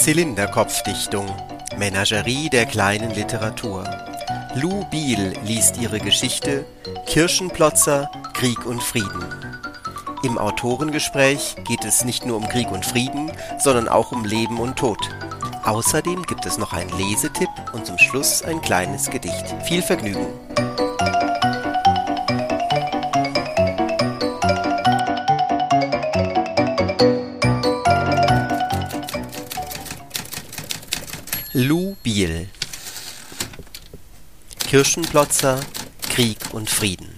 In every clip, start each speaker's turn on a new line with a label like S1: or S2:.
S1: Zylinderkopfdichtung, Menagerie der kleinen Literatur. Lou Biel liest ihre Geschichte Kirschenplotzer, Krieg und Frieden. Im Autorengespräch geht es nicht nur um Krieg und Frieden, sondern auch um Leben und Tod. Außerdem gibt es noch einen Lesetipp und zum Schluss ein kleines Gedicht. Viel Vergnügen! Lou Biel. Kirschenplotzer, Krieg und Frieden.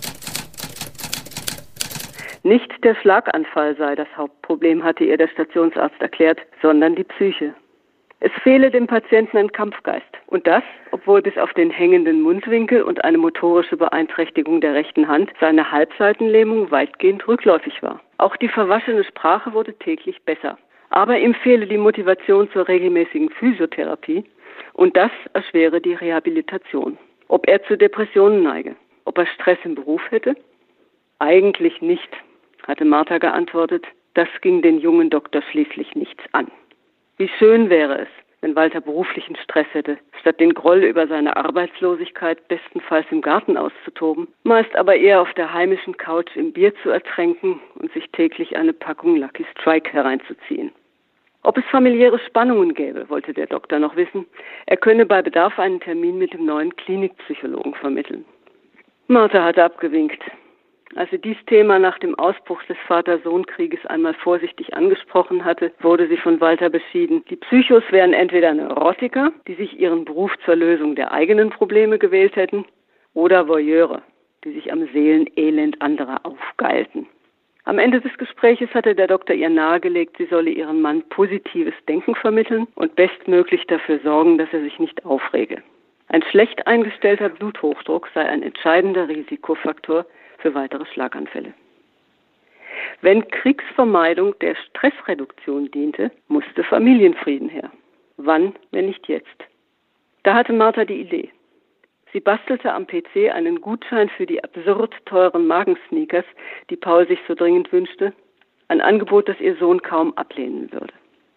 S2: Nicht der Schlaganfall sei das Hauptproblem, hatte ihr der Stationsarzt erklärt, sondern die Psyche. Es fehle dem Patienten ein Kampfgeist. Und das, obwohl bis auf den hängenden Mundwinkel und eine motorische Beeinträchtigung der rechten Hand seine Halbseitenlähmung weitgehend rückläufig war. Auch die verwaschene Sprache wurde täglich besser. Aber ihm fehle die Motivation zur regelmäßigen Physiotherapie und das erschwere die Rehabilitation. Ob er zu Depressionen neige, ob er Stress im Beruf hätte? Eigentlich nicht, hatte Martha geantwortet. Das ging den jungen Doktor schließlich nichts an. Wie schön wäre es, wenn Walter beruflichen Stress hätte, statt den Groll über seine Arbeitslosigkeit bestenfalls im Garten auszutoben, meist aber eher auf der heimischen Couch im Bier zu ertränken und sich täglich eine Packung Lucky Strike hereinzuziehen. Ob es familiäre Spannungen gäbe, wollte der Doktor noch wissen. Er könne bei Bedarf einen Termin mit dem neuen Klinikpsychologen vermitteln. Martha hatte abgewinkt. Als sie dies Thema nach dem Ausbruch des Vater-Sohn-Krieges einmal vorsichtig angesprochen hatte, wurde sie von Walter beschieden. Die Psychos wären entweder Neurotiker, die sich ihren Beruf zur Lösung der eigenen Probleme gewählt hätten, oder Voyeure, die sich am Seelenelend anderer aufgeilten. Am Ende des Gespräches hatte der Doktor ihr nahegelegt, sie solle ihren Mann positives Denken vermitteln und bestmöglich dafür sorgen, dass er sich nicht aufrege. Ein schlecht eingestellter Bluthochdruck sei ein entscheidender Risikofaktor für weitere Schlaganfälle. Wenn Kriegsvermeidung der Stressreduktion diente, musste Familienfrieden her. Wann, wenn nicht jetzt? Da hatte Martha die Idee. Sie bastelte am PC einen Gutschein für die absurd teuren Magensneakers, die Paul sich so dringend wünschte, ein Angebot, das ihr Sohn kaum ablehnen würde.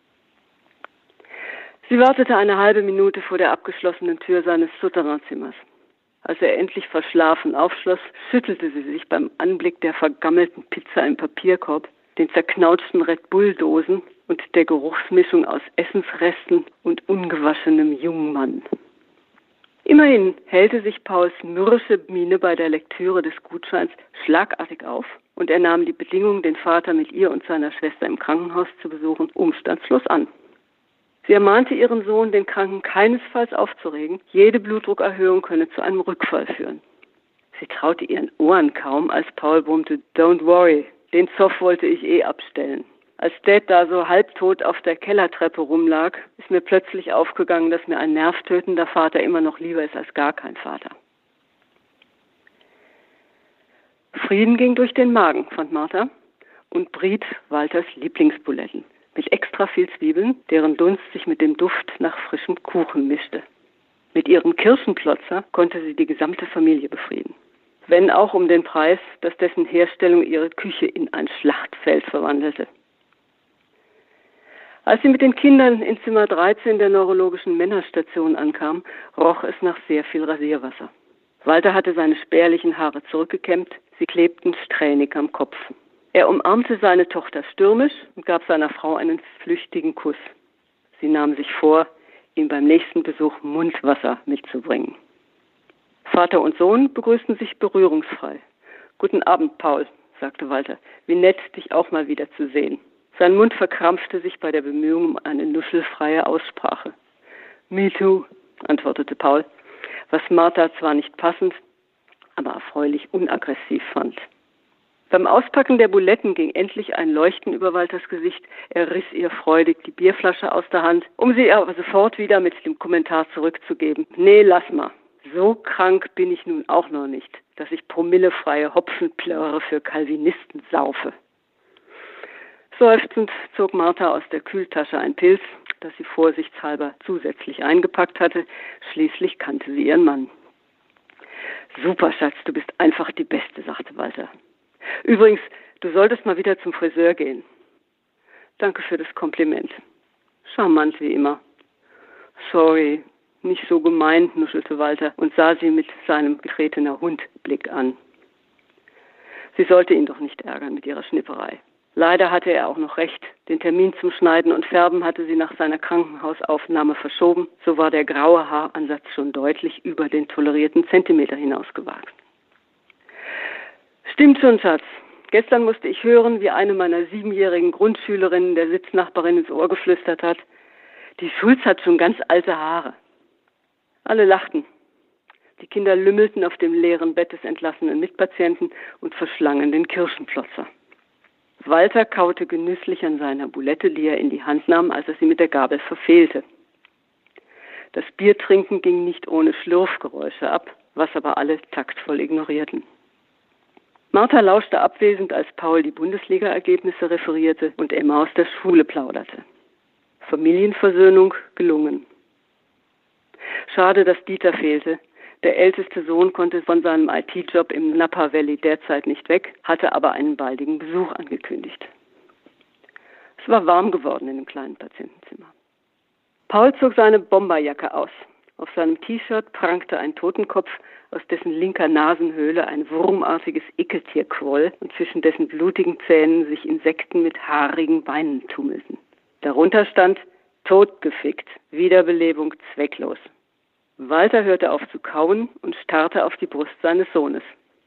S2: Sie wartete eine halbe Minute vor der abgeschlossenen Tür seines Souterrainzimmers. Als er endlich verschlafen aufschloss, schüttelte sie sich beim Anblick der vergammelten Pizza im Papierkorb, den zerknautschten Red Bull-Dosen und der Geruchsmischung aus Essensresten und ungewaschenem jungen Mann. Immerhin hellte sich Pauls mürrische Miene bei der Lektüre des Gutscheins schlagartig auf und er nahm die Bedingung, den Vater mit ihr und seiner Schwester im Krankenhaus zu besuchen, umstandslos an. Sie ermahnte ihren Sohn, den Kranken keinesfalls aufzuregen. Jede Blutdruckerhöhung könne zu einem Rückfall führen. Sie traute ihren Ohren kaum, als Paul brummte, "Don't worry, den Zoff wollte ich eh abstellen." Als Dad da so halbtot auf der Kellertreppe rumlag, ist mir plötzlich aufgegangen, dass mir ein nervtötender Vater immer noch lieber ist als gar kein Vater. Frieden ging durch den Magen, fand Martha, und briet Walters Lieblingsbuletten mit extra viel Zwiebeln, deren Dunst sich mit dem Duft nach frischem Kuchen mischte. Mit ihrem Kirschenplotzer konnte sie die gesamte Familie befrieden. Wenn auch um den Preis, dass dessen Herstellung ihre Küche in ein Schlachtfeld verwandelte. Als sie mit den Kindern in Zimmer 13 der neurologischen Männerstation ankam, roch es nach sehr viel Rasierwasser. Walter hatte seine spärlichen Haare zurückgekämmt, sie klebten strähnig am Kopf. Er umarmte seine Tochter stürmisch und gab seiner Frau einen flüchtigen Kuss. Sie nahm sich vor, ihm beim nächsten Besuch Mundwasser mitzubringen. Vater und Sohn begrüßten sich berührungsfrei. "Guten Abend, Paul", sagte Walter. "Wie nett, dich auch mal wieder zu sehen." Sein Mund verkrampfte sich bei der Bemühung um eine nuschelfreie Aussprache. "Me too", antwortete Paul, was Martha zwar nicht passend, aber erfreulich unaggressiv fand. Beim Auspacken der Buletten ging endlich ein Leuchten über Walters Gesicht. Er riss ihr freudig die Bierflasche aus der Hand, um sie aber sofort wieder mit dem Kommentar zurückzugeben. "Nee, lass mal. So krank bin ich nun auch noch nicht, dass ich promillefreie Hopfenplörre für Calvinisten saufe." Seufzend zog Martha aus der Kühltasche ein Pilz, das sie vorsichtshalber zusätzlich eingepackt hatte. Schließlich kannte sie ihren Mann. "Super, Schatz, du bist einfach die Beste", sagte Walter. "Übrigens, du solltest mal wieder zum Friseur gehen." "Danke für das Kompliment." Charmant wie immer. Sorry, nicht so gemeint, nuschelte Walter und sah sie mit seinem getretener Hundblick an. Sie sollte ihn doch nicht ärgern mit ihrer Schnipperei. Leider hatte er auch noch recht. Den Termin zum Schneiden und Färben hatte sie nach seiner Krankenhausaufnahme verschoben. So war der graue Haaransatz schon deutlich über den tolerierten Zentimeter hinausgewachsen. Stimmt schon, Schatz. Gestern musste ich hören, wie eine meiner 7-jährigen Grundschülerinnen der Sitznachbarin ins Ohr geflüstert hat, die Schulz hat schon ganz alte Haare. Alle lachten. Die Kinder lümmelten auf dem leeren Bett des entlassenen Mitpatienten und verschlangen den Kirschenplotzer. Walter kaute genüsslich an seiner Bulette, die er in die Hand nahm, als er sie mit der Gabel verfehlte. Das Biertrinken ging nicht ohne Schlürfgeräusche ab, was aber alle taktvoll ignorierten. Martha lauschte abwesend, als Paul die Bundesliga-Ergebnisse referierte und Emma aus der Schule plauderte. Familienversöhnung gelungen. Schade, dass Dieter fehlte. Der älteste Sohn konnte von seinem IT-Job im Napa Valley derzeit nicht weg, hatte aber einen baldigen Besuch angekündigt. Es war warm geworden in dem kleinen Patientenzimmer. Paul zog seine Bomberjacke aus. Auf seinem T-Shirt prangte ein Totenkopf, aus dessen linker Nasenhöhle ein wurmartiges Ekeltier quoll und zwischen dessen blutigen Zähnen sich Insekten mit haarigen Beinen tummelten. Darunter stand: Totgefickt, Wiederbelebung zwecklos. Walter hörte auf zu kauen und starrte auf die Brust seines Sohnes.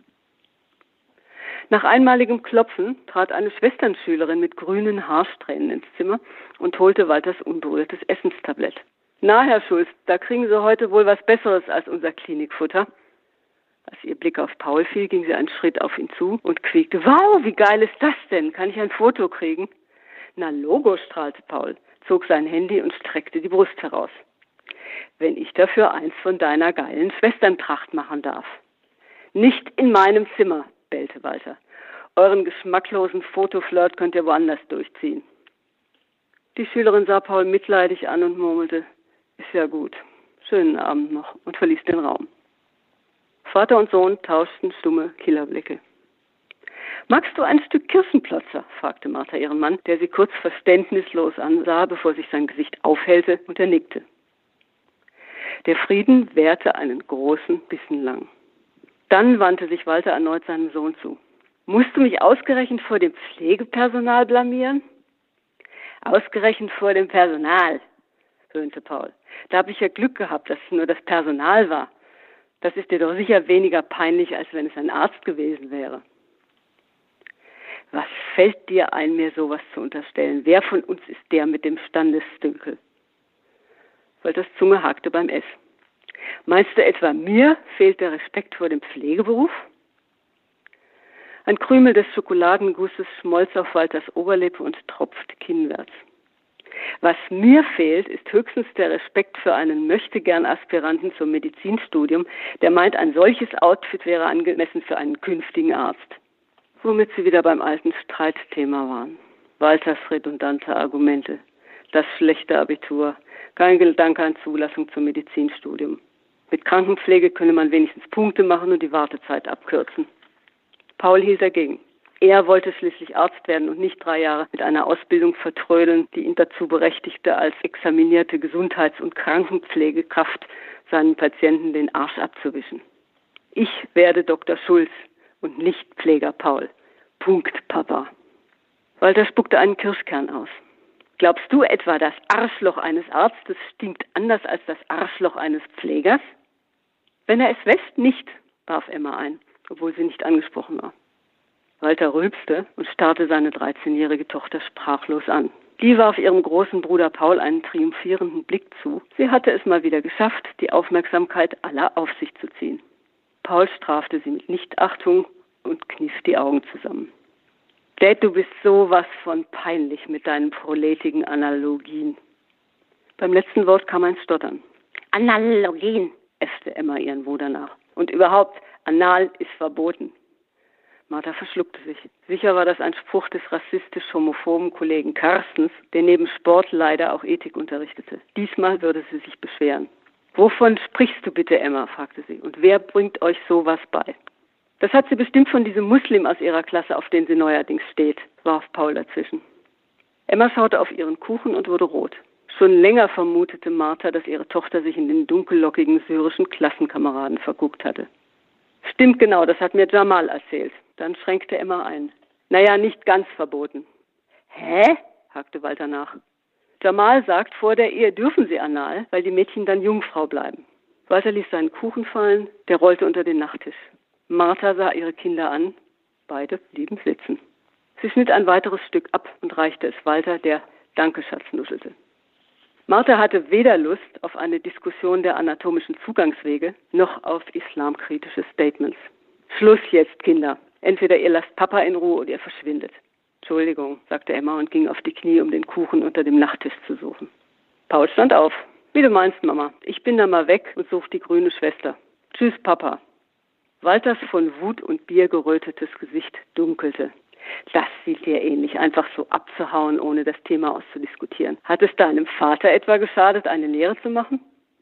S2: Nach einmaligem Klopfen trat eine Schwesternschülerin mit grünen Haarsträhnen ins Zimmer und holte Walters unberührtes Essenstablett. Na, Herr Schulz, da kriegen Sie heute wohl was Besseres als unser Klinikfutter. Als ihr Blick auf Paul fiel, ging sie einen Schritt auf ihn zu und quiekte: Wow, wie geil ist das denn? Kann ich ein Foto kriegen? Na, Logo, strahlte Paul, zog sein Handy und streckte die Brust heraus. Wenn ich dafür eins von deiner geilen Schwesterntracht machen darf. Nicht in meinem Zimmer, bellte Walter. Euren geschmacklosen Fotoflirt könnt ihr woanders durchziehen. Die Schülerin sah Paul mitleidig an und murmelte: Ist ja gut. Schönen Abend noch, und verließ den Raum. Vater und Sohn tauschten stumme Killerblicke. Magst du ein Stück Kirschenplotzer? Fragte Martha ihren Mann, der sie kurz verständnislos ansah, bevor sich sein Gesicht aufhellte, und er nickte. Der Frieden währte einen großen Bissen lang. Dann wandte sich Walter erneut seinem Sohn zu. Musst du mich ausgerechnet vor dem Pflegepersonal blamieren? Ausgerechnet vor dem Personal, höhnte Paul. Da habe ich ja Glück gehabt, dass es nur das Personal war. Das ist dir doch sicher weniger peinlich, als wenn es ein Arzt gewesen wäre. Was fällt dir ein, mir sowas zu unterstellen? Wer von uns ist der mit dem Standesdünkel? Walters Zunge hakte beim S. Meinst du etwa, mir fehlt der Respekt vor dem Pflegeberuf? Ein Krümel des Schokoladengusses schmolz auf Walters Oberlippe und tropfte kinnwärts. Was mir fehlt, ist höchstens der Respekt für einen Möchtegern-Aspiranten zum Medizinstudium, der meint, ein solches Outfit wäre angemessen für einen künftigen Arzt. Womit sie wieder beim alten Streitthema waren. Walters redundante Argumente. Das schlechte Abitur. Kein Gedanke an Zulassung zum Medizinstudium. Mit Krankenpflege könne man wenigstens Punkte machen und die Wartezeit abkürzen. Paul hielt dagegen. Er wollte schließlich Arzt werden und nicht 3 Jahre mit einer Ausbildung vertrödeln, die ihn dazu berechtigte, als examinierte Gesundheits- und Krankenpflegekraft seinen Patienten den Arsch abzuwischen. Ich werde Dr. Schulz und nicht Pfleger Paul. Punkt, Papa. Walter spuckte einen Kirschkern aus. Glaubst du etwa, das Arschloch eines Arztes stinkt anders als das Arschloch eines Pflegers? Wenn er es wäscht, nicht, warf Emma ein, obwohl sie nicht angesprochen war. Walter rülpste und starrte seine 13-jährige Tochter sprachlos an. Die warf ihrem großen Bruder Paul einen triumphierenden Blick zu. Sie hatte es mal wieder geschafft, die Aufmerksamkeit aller auf sich zu ziehen. Paul strafte sie mit Nichtachtung und kniff die Augen zusammen. Dad, du bist sowas von peinlich mit deinen proletigen Analogien. Beim letzten Wort kam ein Stottern. Analogien, äffte Emma ihren Bruder nach. Und überhaupt, anal ist verboten. Martha verschluckte sich. Sicher war das ein Spruch des rassistisch-homophoben Kollegen Carstens, der neben Sport leider auch Ethik unterrichtete. Diesmal würde sie sich beschweren. Wovon sprichst du bitte, Emma? Fragte sie. Und wer bringt euch sowas bei? Das hat sie bestimmt von diesem Muslim aus ihrer Klasse, auf den sie neuerdings steht, warf Paul dazwischen. Emma schaute auf ihren Kuchen und wurde rot. Schon länger vermutete Martha, dass ihre Tochter sich in den dunkellockigen syrischen Klassenkameraden verguckt hatte. Stimmt genau, das hat mir Jamal erzählt. Dann schränkte Emma ein. Naja, nicht ganz verboten. Hä? Hakte Walter nach. Jamal sagt, vor der Ehe dürfen sie anal, weil die Mädchen dann Jungfrau bleiben. Walter ließ seinen Kuchen fallen, der rollte unter den Nachttisch. Martha sah ihre Kinder an, beide blieben sitzen. Sie schnitt ein weiteres Stück ab und reichte es Walter, der Danke, Schatz, nuschelte. Martha hatte weder Lust auf eine Diskussion der anatomischen Zugangswege, noch auf islamkritische Statements. Schluss jetzt, Kinder. Entweder ihr lasst Papa in Ruhe oder ihr verschwindet. Entschuldigung, sagte Emma und ging auf die Knie, um den Kuchen unter dem Nachttisch zu suchen. Paul stand auf. Wie du meinst, Mama. Ich bin da mal weg und suche die grüne Schwester. Tschüss, Papa. Walters von Wut und Bier gerötetes Gesicht dunkelte. Das sieht dir ähnlich, einfach so abzuhauen, ohne das Thema auszudiskutieren. Hat es deinem Vater etwa geschadet, eine Lehre zu machen?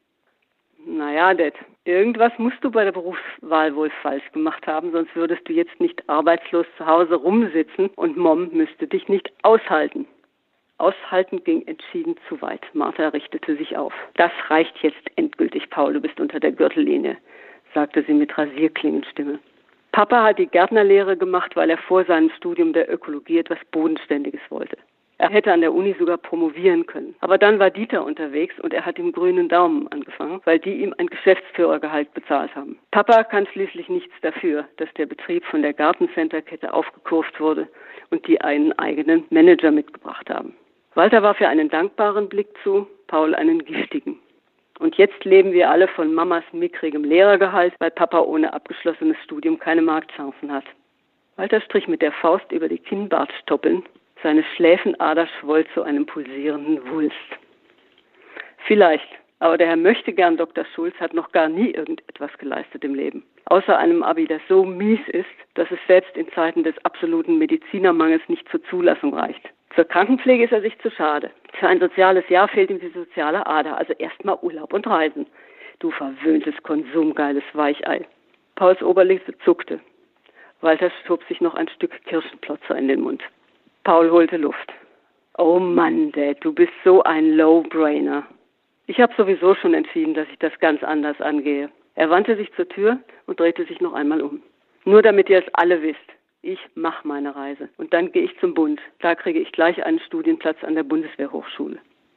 S2: Naja, Dad, irgendwas musst du bei der Berufswahl wohl falsch gemacht haben, sonst würdest du jetzt nicht arbeitslos zu Hause rumsitzen und Mom müsste dich nicht aushalten. Aushalten ging entschieden zu weit. Martha richtete sich auf. Das reicht jetzt endgültig, Paul, du bist unter der Gürtelllinie, sagte sie mit Rasierklingenstimme. Papa hat die Gärtnerlehre gemacht, weil er vor seinem Studium der Ökologie etwas Bodenständiges wollte. Er hätte an der Uni sogar promovieren können. Aber dann war Dieter unterwegs und er hat im grünen Daumen angefangen, weil die ihm ein Geschäftsführergehalt bezahlt haben. Papa kann schließlich nichts dafür, dass der Betrieb von der Gartencenter-Kette aufgekurvt wurde und die einen eigenen Manager mitgebracht haben. Walter warf ihr einen dankbaren Blick zu, Paul einen giftigen. Und jetzt leben wir alle von Mamas mickrigem Lehrergehalt, weil Papa ohne abgeschlossenes Studium keine Marktchancen hat. Walter strich mit der Faust über die Kinnbartstoppeln. Seine Schläfenader schwoll zu einem pulsierenden Wulst. Vielleicht, aber der Herr Möchtegern Dr. Schulz hat noch gar nie irgendetwas geleistet im Leben. Außer einem Abi, das so mies ist, dass es selbst in Zeiten des absoluten Medizinermangels nicht zur Zulassung reicht. Zur Krankenpflege ist er sich zu schade. Für ein soziales Jahr fehlt ihm die soziale Ader, also erstmal Urlaub und Reisen. Du verwöhntes, konsumgeiles Weichei. Pauls Oberlippe zuckte. Walter schob sich noch ein Stück Kirschenplotzer in den Mund. Paul holte Luft. Oh Mann, Dad, du bist so ein Low-Brainer. Ich habe sowieso schon entschieden, dass ich das ganz anders angehe. Er wandte sich zur Tür und drehte sich noch einmal um. Nur damit ihr es alle wisst. Ich mache meine Reise und dann gehe ich zum Bund. Da kriege ich gleich einen Studienplatz an der Bundeswehrhochschule.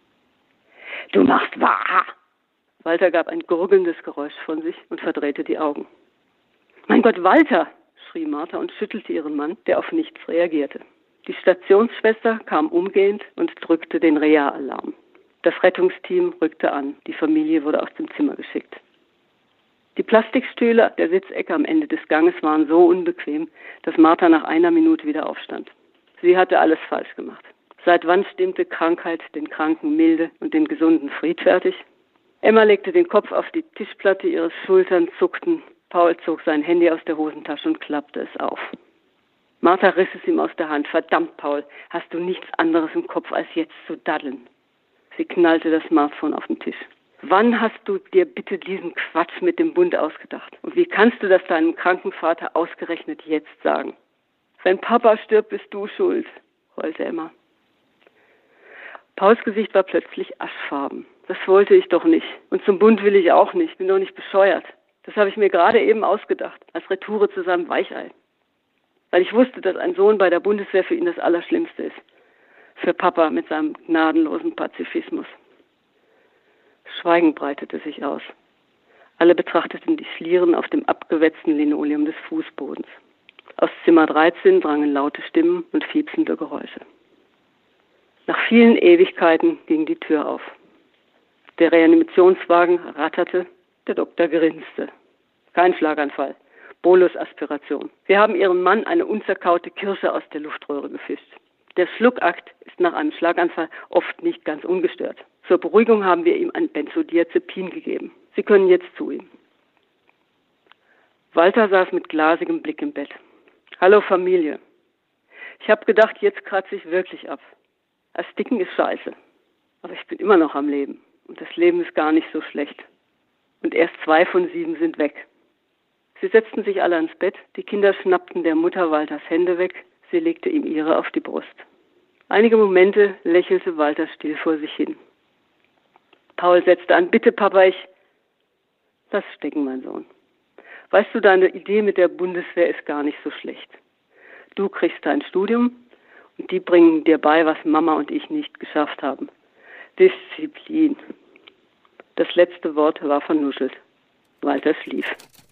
S2: Du machst wahr! Walter gab ein gurgelndes Geräusch von sich und verdrehte die Augen. Mein Gott, Walter! Schrie Martha und schüttelte ihren Mann, der auf nichts reagierte. Die Stationsschwester kam umgehend und drückte den Rea-Alarm. Das Rettungsteam rückte an. Die Familie wurde aus dem Zimmer geschickt. Die Plastikstühle der Sitzecke am Ende des Ganges waren so unbequem, dass Martha nach einer Minute wieder aufstand. Sie hatte alles falsch gemacht. Seit wann stimmte Krankheit den Kranken milde und den Gesunden friedfertig? Emma legte den Kopf auf die Tischplatte, ihre Schultern zuckten. Paul zog sein Handy aus der Hosentasche und klappte es auf. Martha riss es ihm aus der Hand. Verdammt, Paul, hast du nichts anderes im Kopf, als jetzt zu daddeln? Sie knallte das Smartphone auf den Tisch. Wann hast du dir bitte diesen Quatsch mit dem Bund ausgedacht? Und wie kannst du das deinem kranken Vater ausgerechnet jetzt sagen? Wenn Papa stirbt, bist du schuld, heulte Emma. Pauls Gesicht war plötzlich aschfarben. Das wollte ich doch nicht. Und zum Bund will ich auch nicht. Bin doch nicht bescheuert. Das habe ich mir gerade eben ausgedacht, als Retoure zu seinem Weichei. Weil ich wusste, dass ein Sohn bei der Bundeswehr für ihn das Allerschlimmste ist. Für Papa mit seinem gnadenlosen Pazifismus. Schweigen breitete sich aus. Alle betrachteten die Schlieren auf dem abgewetzten Linoleum des Fußbodens. Aus Zimmer 13 drangen laute Stimmen und fiepsende Geräusche. Nach vielen Ewigkeiten ging die Tür auf. Der Reanimationswagen ratterte, der Doktor grinste. Kein Schlaganfall, Bolus-Aspiration. Wir haben Ihrem Mann eine unzerkaute Kirsche aus der Luftröhre gefischt. Der Schluckakt ist nach einem Schlaganfall oft nicht ganz ungestört. Zur Beruhigung haben wir ihm ein Benzodiazepin gegeben. Sie können jetzt zu ihm. Walter saß mit glasigem Blick im Bett. Hallo Familie. Ich habe gedacht, jetzt kratze ich wirklich ab. Ersticken ist scheiße. Aber ich bin immer noch am Leben. Und das Leben ist gar nicht so schlecht. Und erst 2 von 7 sind weg. Sie setzten sich alle ans Bett. Die Kinder schnappten der Mutter Walters Hände weg. Sie legte ihm ihre auf die Brust. Einige Momente lächelte Walter still vor sich hin. Paul setzte an, bitte Papa, lass stecken, mein Sohn. Weißt du, deine Idee mit der Bundeswehr ist gar nicht so schlecht. Du kriegst dein Studium und die bringen dir bei, was Mama und ich nicht geschafft haben. Disziplin. Das letzte Wort war vernuschelt. Walter schlief.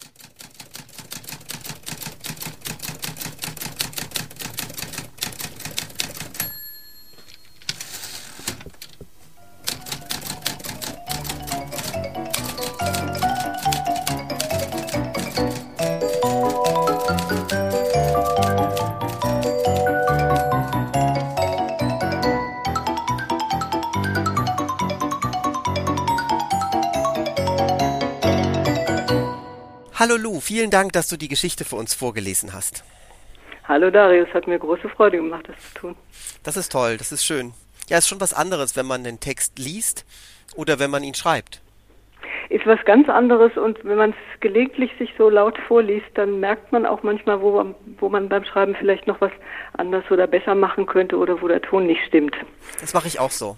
S1: Hallo Lou, vielen Dank, dass du die Geschichte für uns vorgelesen hast.
S2: Hallo Darius, hat mir große Freude gemacht, das zu tun.
S1: Das ist toll, das ist schön. Ja, ist schon was anderes, wenn man den Text liest oder wenn man ihn schreibt.
S2: Ist was ganz anderes und wenn man es gelegentlich sich so laut vorliest, dann merkt man auch manchmal, wo man beim Schreiben vielleicht noch was anders oder besser machen könnte oder wo der Ton nicht stimmt.
S1: Das mache ich auch so,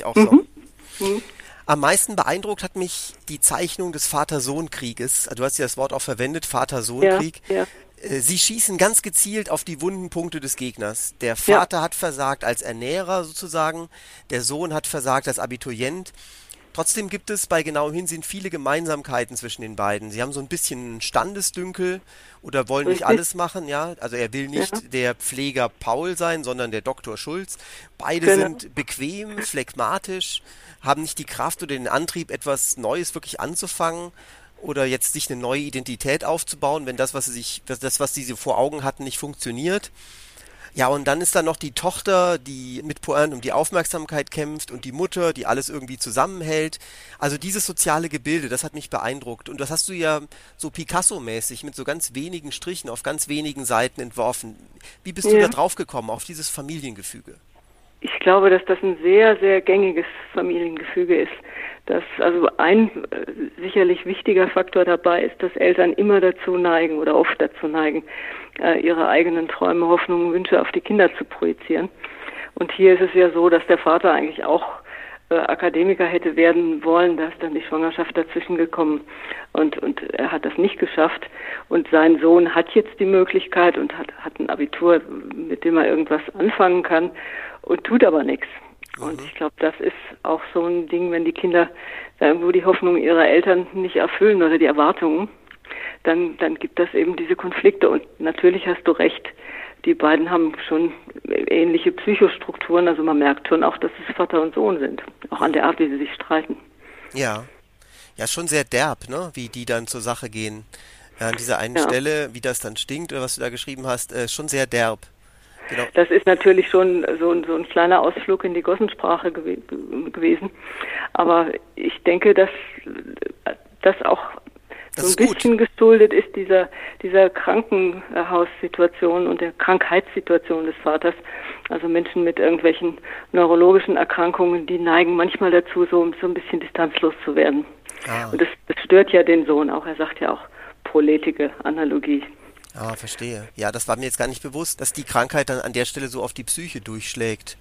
S1: Am meisten beeindruckt hat mich die Zeichnung des Vater-Sohn-Krieges. Du hast ja das Wort auch verwendet, Vater-Sohn-Krieg.
S2: Ja.
S1: Sie schießen ganz gezielt auf die wunden Punkte des Gegners. Der Vater hat versagt als Ernährer sozusagen, der Sohn hat versagt als Abiturient. Trotzdem gibt es bei genauem Hinsehen viele Gemeinsamkeiten zwischen den beiden. Sie haben so ein bisschen Standesdünkel oder wollen nicht alles machen, ja. Also er will nicht der Pfleger Paul sein, sondern der Doktor Schulz. Beide sind bequem, phlegmatisch, haben nicht die Kraft oder den Antrieb, etwas Neues wirklich anzufangen oder jetzt sich eine neue Identität aufzubauen, wenn das, was sie vor Augen hatten, nicht funktioniert. Ja, und dann ist da noch die Tochter, die mit Pointe um die Aufmerksamkeit kämpft und die Mutter, die alles irgendwie zusammenhält. Also dieses soziale Gebilde, das hat mich beeindruckt. Und das hast du ja so Picasso-mäßig mit so ganz wenigen Strichen auf ganz wenigen Seiten entworfen. Wie bist du da drauf gekommen, auf dieses Familiengefüge?
S2: Ich glaube, dass das ein sehr, sehr gängiges Familiengefüge ist. Dass also ein sicherlich wichtiger Faktor dabei ist, dass Eltern immer dazu neigen oder oft dazu neigen, ihre eigenen Träume, Hoffnungen, Wünsche auf die Kinder zu projizieren. Und hier ist es ja so, dass der Vater eigentlich auch Akademiker hätte werden wollen, da ist dann die Schwangerschaft dazwischen gekommen und er hat das nicht geschafft. Und sein Sohn hat jetzt die Möglichkeit und hat ein Abitur, mit dem er irgendwas anfangen kann und tut aber nichts. Und ich glaube, das ist auch so ein Ding, wenn die Kinder irgendwo die Hoffnung ihrer Eltern nicht erfüllen oder die Erwartungen, dann gibt das eben diese Konflikte. Und natürlich hast du recht, die beiden haben schon ähnliche Psychostrukturen. Also man merkt schon auch, dass es Vater und Sohn sind, auch an der Art, wie sie sich streiten.
S1: Ja, schon sehr derb, ne? Wie die dann zur Sache gehen. Ja, an dieser einen Stelle, wie das dann stinkt oder was du da geschrieben hast, schon sehr derb. Genau.
S2: Das ist natürlich schon so ein kleiner Ausflug in die Gossensprache gewesen. Aber ich denke, dass das auch so ein bisschen geschuldet ist dieser Krankenhaussituation und der Krankheitssituation des Vaters. Also Menschen mit irgendwelchen neurologischen Erkrankungen, die neigen manchmal dazu, so ein bisschen distanzlos zu werden. Und das stört ja den Sohn auch. Er sagt ja auch proletige Analogie.
S1: Ah, verstehe. Ja, das war mir jetzt gar nicht bewusst, dass die Krankheit dann an der Stelle so auf die Psyche durchschlägt.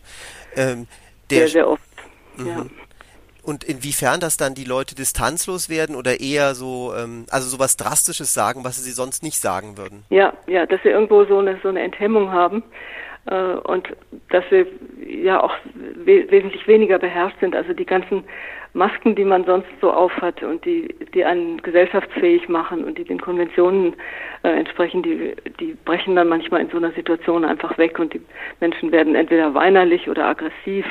S2: Sehr, sehr oft, ja.
S1: Und inwiefern das dann die Leute distanzlos werden oder eher so, also sowas Drastisches sagen, was sie sonst nicht sagen würden? Ja,
S2: dass sie irgendwo so eine Enthemmung haben und dass sie ja auch wesentlich weniger beherrscht sind. Also die ganzen Masken, die man sonst so aufhat und die einen gesellschaftsfähig machen und die den Konventionen entsprechen, die brechen dann manchmal in so einer Situation einfach weg und die Menschen werden entweder weinerlich oder aggressiv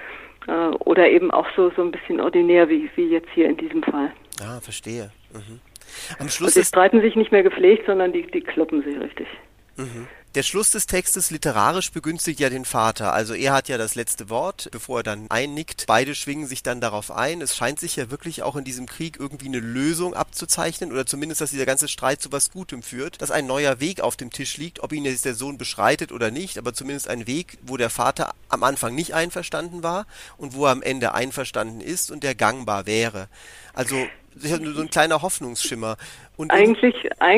S2: oder eben auch so ein bisschen ordinär, wie jetzt hier in diesem Fall.
S1: Ah, verstehe. Mhm.
S2: Am Schluss die streiten sich nicht mehr gepflegt, sondern die kloppen sich richtig.
S1: Mhm. Der Schluss des Textes literarisch begünstigt ja den Vater. Also er hat ja das letzte Wort, bevor er dann einnickt. Beide schwingen sich dann darauf ein. Es scheint sich ja wirklich auch in diesem Krieg irgendwie eine Lösung abzuzeichnen oder zumindest, dass dieser ganze Streit zu was Gutem führt, dass ein neuer Weg auf dem Tisch liegt, ob ihn jetzt der Sohn beschreitet oder nicht, aber zumindest ein Weg, wo der Vater am Anfang nicht einverstanden war und wo er am Ende einverstanden ist und der gangbar wäre. Also so ein kleiner Hoffnungsschimmer. Und
S2: eigentlich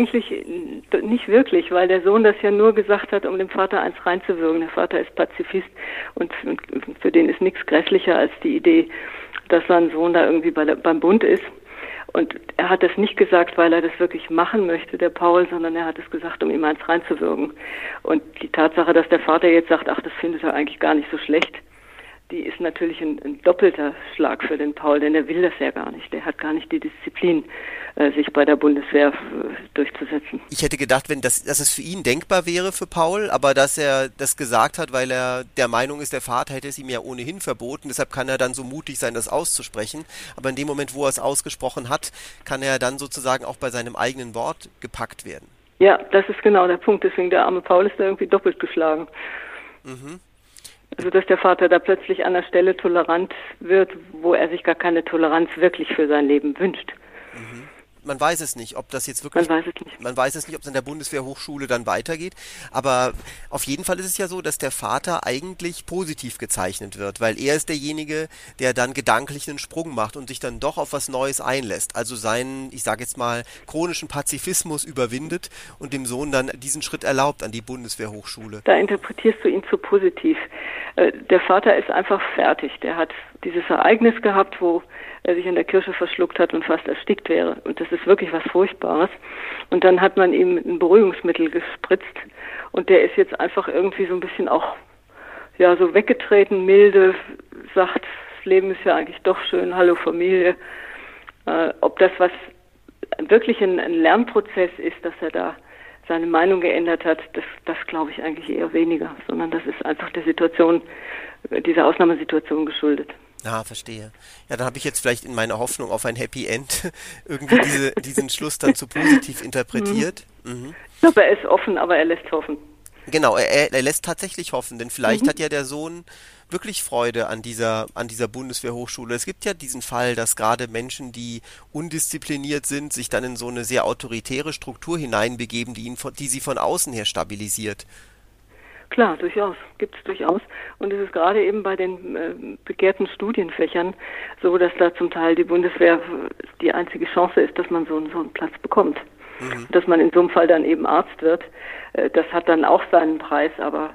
S2: nicht wirklich, weil der Sohn das ja nur gesagt hat, um dem Vater eins reinzuwirken. Der Vater ist Pazifist und für den ist nichts grässlicher als die Idee, dass sein Sohn da irgendwie beim Bund ist. Und er hat das nicht gesagt, weil er das wirklich machen möchte, der Paul, sondern er hat es gesagt, um ihm eins reinzuwirken. Und die Tatsache, dass der Vater jetzt sagt, ach, das findet er eigentlich gar nicht so schlecht, die ist natürlich ein doppelter Schlag für den Paul, denn er will das ja gar nicht. Der hat gar nicht die Disziplin, sich bei der Bundeswehr durchzusetzen.
S1: Ich hätte gedacht, dass es für ihn denkbar wäre für Paul, aber dass er das gesagt hat, weil er der Meinung ist, der Vater hätte es ihm ja ohnehin verboten, deshalb kann er dann so mutig sein, das auszusprechen. Aber in dem Moment, wo er es ausgesprochen hat, kann er dann sozusagen auch bei seinem eigenen Wort gepackt werden.
S2: Ja, das ist genau der Punkt. Deswegen der arme Paul ist da irgendwie doppelt geschlagen.
S1: Mhm.
S2: Also dass der Vater da plötzlich an der Stelle tolerant wird, wo er sich gar keine Toleranz wirklich für sein Leben wünscht.
S1: Mhm. Man weiß es nicht, ob das jetzt wirklich... Man weiß es nicht, ob es an der Bundeswehrhochschule dann weitergeht. Aber auf jeden Fall ist es ja so, dass der Vater eigentlich positiv gezeichnet wird, weil er ist derjenige, der dann gedanklich einen Sprung macht und sich dann doch auf was Neues einlässt. Also seinen, ich sage jetzt mal, chronischen Pazifismus überwindet und dem Sohn dann diesen Schritt erlaubt an die Bundeswehrhochschule.
S2: Da interpretierst du ihn zu positiv. Der Vater ist einfach fertig. Der hat dieses Ereignis gehabt, wo er sich in der Kirche verschluckt hat und fast erstickt wäre. Und das ist wirklich was Furchtbares. Und dann hat man ihm ein Beruhigungsmittel gespritzt und der ist jetzt einfach irgendwie so ein bisschen auch, ja, so weggetreten, milde, sagt, das Leben ist ja eigentlich doch schön, hallo Familie. Ob das wirklich ein Lernprozess ist, dass er da seine Meinung geändert hat, das glaube ich eigentlich eher weniger, sondern das ist einfach der Situation, dieser Ausnahmesituation geschuldet.
S1: Ah, verstehe. Ja, dann habe ich jetzt vielleicht in meiner Hoffnung auf ein Happy End irgendwie diesen Schluss dann zu positiv interpretiert. Mhm.
S2: Ich glaube, er ist offen, aber er lässt hoffen.
S1: Genau, er lässt tatsächlich hoffen, denn vielleicht hat ja der Sohn wirklich Freude an dieser Bundeswehrhochschule. Es gibt ja diesen Fall, dass gerade Menschen, die undiszipliniert sind, sich dann in so eine sehr autoritäre Struktur hineinbegeben, die sie von außen her stabilisiert.
S2: Klar, durchaus. Gibt es durchaus. Und es ist gerade eben bei den begehrten Studienfächern so, dass da zum Teil die Bundeswehr die einzige Chance ist, dass man so einen Platz bekommt. Mhm. Dass man in so einem Fall dann eben Arzt wird. Das hat dann auch seinen Preis, aber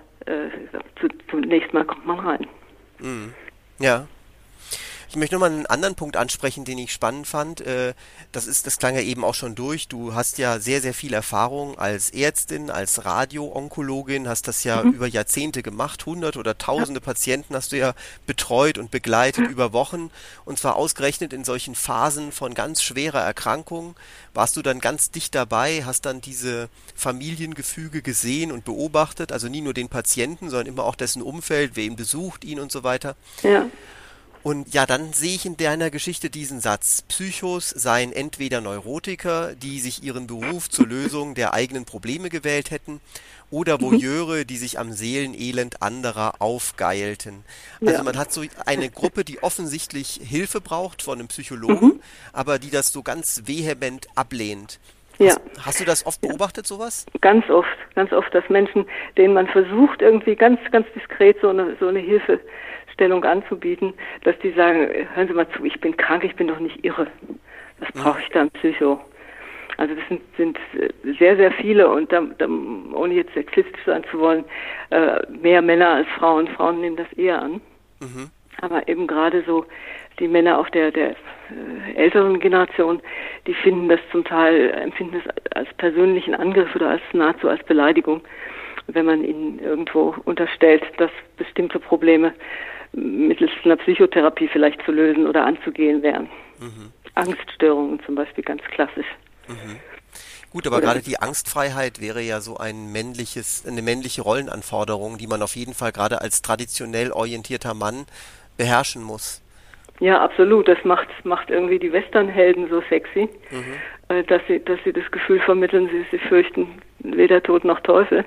S2: zunächst mal kommt man rein.
S1: Mhm. Ja. Ich möchte nochmal einen anderen Punkt ansprechen, den ich spannend fand. Das klang ja eben auch schon durch. Du hast ja sehr, sehr viel Erfahrung als Ärztin, als Radio-Onkologin, hast das ja über Jahrzehnte gemacht. Hunderte oder Tausende Patienten hast du ja betreut und begleitet über Wochen. Und zwar ausgerechnet in solchen Phasen von ganz schwerer Erkrankung warst du dann ganz dicht dabei, hast dann diese Familiengefüge gesehen und beobachtet. Also nie nur den Patienten, sondern immer auch dessen Umfeld, wer ihn besucht, ihn und so weiter.
S2: Ja.
S1: Und ja, dann sehe ich in deiner Geschichte diesen Satz: Psychos seien entweder Neurotiker, die sich ihren Beruf zur Lösung der eigenen Probleme gewählt hätten, oder Voyeure, die sich am Seelenelend anderer aufgeilten. Also man hat so eine Gruppe, die offensichtlich Hilfe braucht von einem Psychologen, aber die das so ganz vehement ablehnt.
S2: Ja.
S1: Hast du das oft beobachtet, sowas?
S2: Ganz oft, dass Menschen, denen man versucht, irgendwie ganz, ganz diskret so eine Hilfestellung anzubieten, dass die sagen, hören Sie mal zu, ich bin krank, ich bin doch nicht irre. Was brauche ich da im Psycho? Also das sind sehr, sehr viele und da, ohne jetzt sexistisch sein zu wollen, mehr Männer als Frauen. Frauen nehmen das eher an. Mhm. Aber eben gerade so die Männer auch der älteren Generation, die finden das zum Teil, empfinden es als persönlichen Angriff oder als nahezu als Beleidigung, wenn man ihnen irgendwo unterstellt, dass bestimmte Probleme mittels einer Psychotherapie vielleicht zu lösen oder anzugehen wären. Mhm. Angststörungen zum Beispiel, ganz klassisch.
S1: Mhm. Gut, aber gerade die Angstfreiheit wäre ja so eine männliche Rollenanforderung, die man auf jeden Fall gerade als traditionell orientierter Mann beherrschen muss.
S2: Ja, absolut. Das macht irgendwie die Westernhelden so sexy, dass sie das Gefühl vermitteln, sie fürchten weder Tod noch Teufel.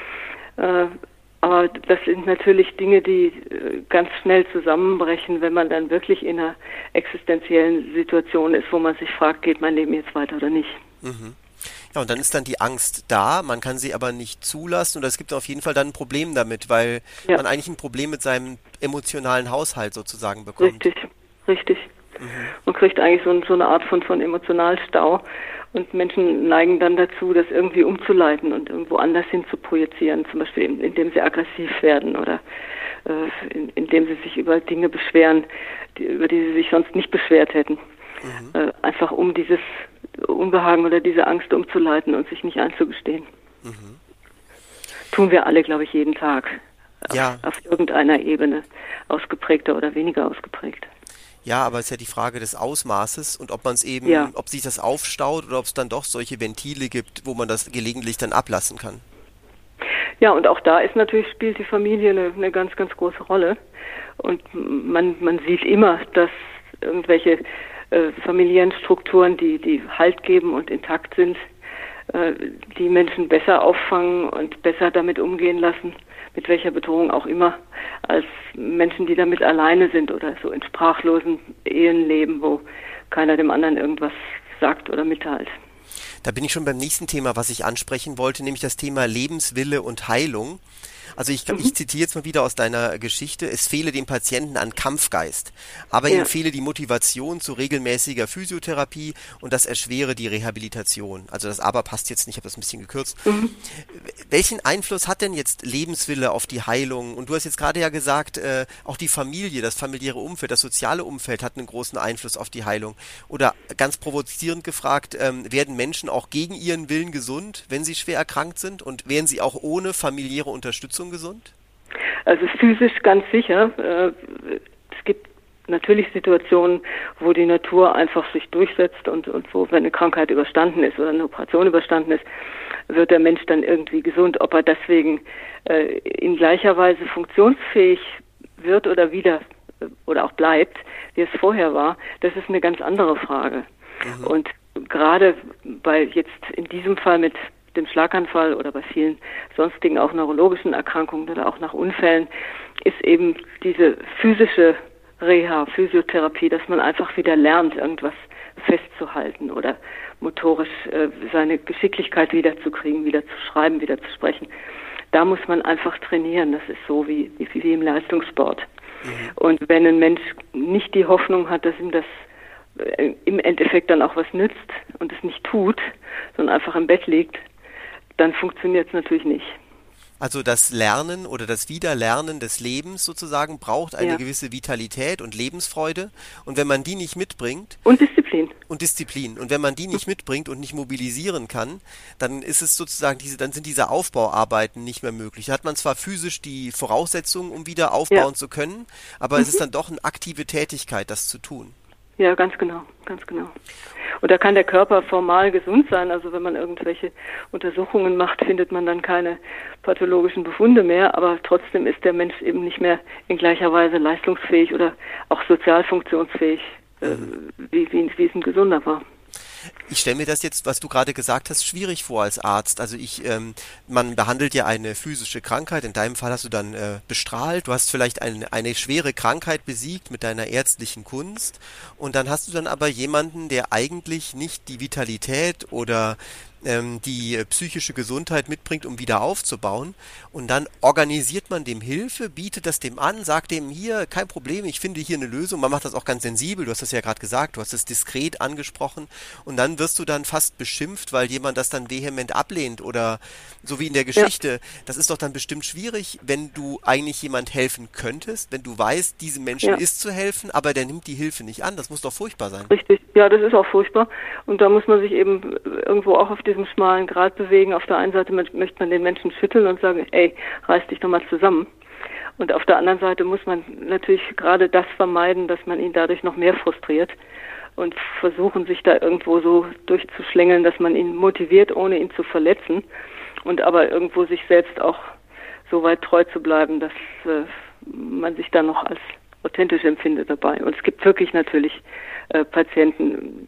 S2: Aber das sind natürlich Dinge, die ganz schnell zusammenbrechen, wenn man dann wirklich in einer existenziellen Situation ist, wo man sich fragt, geht mein Leben jetzt weiter oder nicht.
S1: Mhm. Ja, und dann ist dann die Angst da, man kann sie aber nicht zulassen und es gibt auf jeden Fall dann ein Problem damit, weil man eigentlich ein Problem mit seinem emotionalen Haushalt sozusagen bekommt.
S2: Richtig. Mhm. Man kriegt eigentlich so eine Art von Emotionalstau und Menschen neigen dann dazu, das irgendwie umzuleiten und irgendwo anders hin zu projizieren, zum Beispiel indem sie aggressiv werden oder indem sie sich über Dinge beschweren, über die sie sich sonst nicht beschwert hätten. Einfach um dieses Unbehagen oder diese Angst umzuleiten und sich nicht einzugestehen. Tun wir alle, glaube ich, jeden Tag.
S1: Ja.
S2: Auf irgendeiner Ebene, ausgeprägter oder weniger ausgeprägt.
S1: Ja, aber es ist ja die Frage des Ausmaßes und ob man es eben, ob sich das aufstaut oder ob es dann doch solche Ventile gibt, wo man das gelegentlich dann ablassen kann.
S2: Ja, und auch da spielt die Familie eine ganz, ganz große Rolle. Und man sieht immer, dass irgendwelche familiären Strukturen, die Halt geben und intakt sind, die Menschen besser auffangen und besser damit umgehen lassen, mit welcher Bedrohung auch immer, als Menschen, die damit alleine sind oder so in sprachlosen Ehen leben, wo keiner dem anderen irgendwas sagt oder mitteilt.
S1: Da bin ich schon beim nächsten Thema, was ich ansprechen wollte, nämlich das Thema Lebenswille und Heilung. Also ich zitiere jetzt mal wieder aus deiner Geschichte: Es fehle dem Patienten an Kampfgeist, aber ihm fehle die Motivation zu regelmäßiger Physiotherapie und das erschwere die Rehabilitation. Also das aber passt jetzt nicht, ich habe das ein bisschen gekürzt. Welchen Einfluss hat denn jetzt Lebenswille auf die Heilung? Und du hast jetzt gerade ja gesagt, auch die Familie, das familiäre Umfeld, das soziale Umfeld hat einen großen Einfluss auf die Heilung. Oder ganz provozierend gefragt, werden Menschen auch gegen ihren Willen gesund, wenn sie schwer erkrankt sind? Und wären sie auch ohne familiäre Unterstützung gesund?
S2: Also physisch ganz sicher. Es gibt natürlich Situationen, wo die Natur einfach sich durchsetzt und wo, wenn eine Krankheit überstanden ist oder eine Operation überstanden ist, wird der Mensch dann irgendwie gesund. Ob er deswegen in gleicher Weise funktionsfähig wird oder wieder oder auch bleibt, wie es vorher war, das ist eine ganz andere Frage. Und gerade jetzt in diesem Fall mit dem Schlaganfall oder bei vielen sonstigen auch neurologischen Erkrankungen oder auch nach Unfällen ist eben diese physische Physiotherapie, dass man einfach wieder lernt, irgendwas festzuhalten oder motorisch seine Geschicklichkeit wiederzukriegen, wieder zu schreiben, wieder zu sprechen. Da muss man einfach trainieren. Das ist so wie im Leistungssport. Und wenn ein Mensch nicht die Hoffnung hat, dass ihm das im Endeffekt dann auch was nützt und es nicht tut, sondern einfach im Bett liegt, dann funktioniert es natürlich nicht.
S1: Also das Lernen oder das Wiederlernen des Lebens sozusagen braucht eine gewisse Vitalität und Lebensfreude. Und wenn man die nicht mitbringt...
S2: Und Disziplin.
S1: Und wenn man die nicht mitbringt und nicht mobilisieren kann, dann ist es sozusagen dann sind diese Aufbauarbeiten nicht mehr möglich. Da hat man zwar physisch die Voraussetzungen, um wieder aufbauen zu können, aber es ist dann doch eine aktive Tätigkeit, das zu tun.
S2: Ja, ganz genau, ganz genau. Und da kann der Körper formal gesund sein. Also wenn man irgendwelche Untersuchungen macht, findet man dann keine pathologischen Befunde mehr. Aber trotzdem ist der Mensch eben nicht mehr in gleicher Weise leistungsfähig oder auch sozial funktionsfähig, wie es ein Gesunder war.
S1: Ich stelle mir das jetzt, was du gerade gesagt hast, schwierig vor als Arzt. Also man behandelt ja eine physische Krankheit. In deinem Fall hast du dann bestrahlt. Du hast vielleicht eine schwere Krankheit besiegt mit deiner ärztlichen Kunst. Und dann hast du dann aber jemanden, der eigentlich nicht die Vitalität oder die psychische Gesundheit mitbringt, um wieder aufzubauen. Und dann organisiert man dem Hilfe, bietet das dem an, sagt dem: Hier, kein Problem, ich finde hier eine Lösung. Man macht das auch ganz sensibel, du hast das ja gerade gesagt, du hast es diskret angesprochen. Und dann wirst du dann fast beschimpft, weil jemand das dann vehement ablehnt oder so wie in der Geschichte. Ja. Das ist doch dann bestimmt schwierig, wenn du eigentlich jemand helfen könntest, wenn du weißt, diesem Menschen ist zu helfen, aber der nimmt die Hilfe nicht an. Das muss doch furchtbar sein.
S2: Richtig, ja, das ist auch furchtbar. Und da muss man sich eben irgendwo auch auf diesem schmalen Grat bewegen. Auf der einen Seite möchte man den Menschen schütteln und sagen: Ey, reiß dich doch mal zusammen. Und auf der anderen Seite muss man natürlich gerade das vermeiden, dass man ihn dadurch noch mehr frustriert und versuchen, sich da irgendwo so durchzuschlängeln, dass man ihn motiviert, ohne ihn zu verletzen und aber irgendwo sich selbst auch so weit treu zu bleiben, dass man sich dann noch als authentisch empfindet dabei. Und es gibt wirklich natürlich Patienten,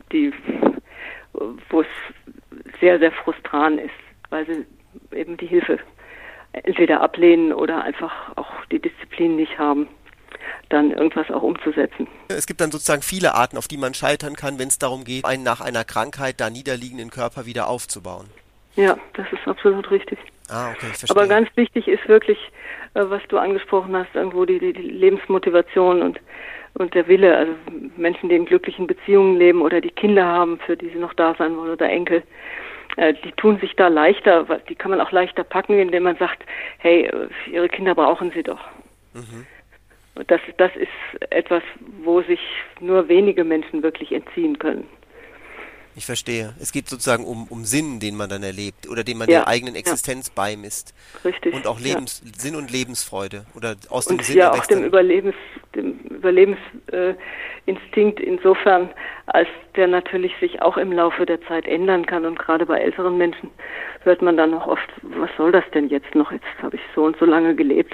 S2: wo es sehr, sehr frustrant ist, weil sie eben die Hilfe entweder ablehnen oder einfach auch die Disziplin nicht haben, dann irgendwas auch umzusetzen.
S1: Es gibt dann sozusagen viele Arten, auf die man scheitern kann, wenn es darum geht, einen nach einer Krankheit da niederliegenden Körper wieder aufzubauen.
S2: Ja, das ist absolut richtig.
S1: Ah, okay, ich verstehe.
S2: Aber ganz wichtig ist wirklich, was du angesprochen hast, irgendwo die Lebensmotivation und der Wille. Also Menschen, die in glücklichen Beziehungen leben oder die Kinder haben, für die sie noch da sein wollen, oder Enkel, die tun sich da leichter, die kann man auch leichter packen, indem man sagt: Hey, ihre Kinder brauchen sie doch. Und das ist etwas, wo sich nur wenige Menschen wirklich entziehen können.
S1: Ich verstehe. Es geht sozusagen um Sinn, den man dann erlebt oder den man
S2: Ja,
S1: der eigenen
S2: ja,
S1: Existenz beimisst.
S2: richtig.
S1: Und auch
S2: Ja.
S1: Sinn und Lebensfreude. Oder aus dem
S2: Und
S1: Sinn
S2: ja auch
S1: erwächst
S2: dem
S1: dann.
S2: Überlebensinstinkt insofern, als der natürlich sich auch im Laufe der Zeit ändern kann. Und gerade bei älteren Menschen hört man dann auch oft, was soll das denn jetzt noch? Jetzt habe ich so und so lange gelebt.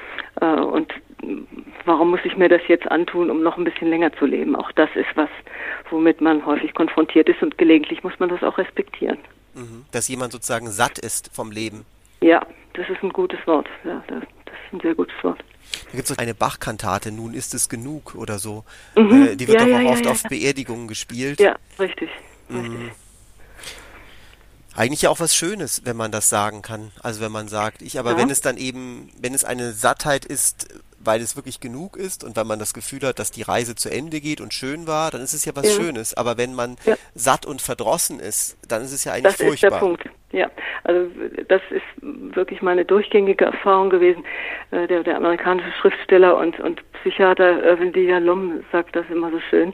S2: Und warum muss ich mir das jetzt antun, um noch ein bisschen länger zu leben? Auch das ist was, womit man häufig konfrontiert ist und gelegentlich muss man das auch respektieren.
S1: Dass jemand sozusagen satt ist vom Leben.
S2: Ja, das ist ein gutes Wort. Ja, das ist ein sehr gutes Wort.
S1: Da gibt es so eine Bach-Kantate, nun ist es genug oder so. Die wird
S2: Ja,
S1: doch
S2: ja,
S1: auch
S2: ja,
S1: oft
S2: ja.
S1: auf Beerdigungen gespielt.
S2: Ja, richtig. Richtig.
S1: Eigentlich ja auch was Schönes, wenn man das sagen kann. Also wenn man sagt,
S2: Ja.
S1: wenn es dann eben, wenn es eine Sattheit ist, weil es wirklich genug ist und weil man das Gefühl hat, dass die Reise zu Ende geht und schön war, dann ist es ja was
S2: Ja.
S1: Schönes. Aber wenn man
S2: Ja.
S1: satt und verdrossen ist, dann ist es ja eigentlich
S2: Das ist
S1: furchtbar.
S2: der Punkt. Ja, also das ist wirklich meine durchgängige Erfahrung gewesen. Der amerikanische Schriftsteller und Psychiater Irwin D. Yalom sagt das immer so schön.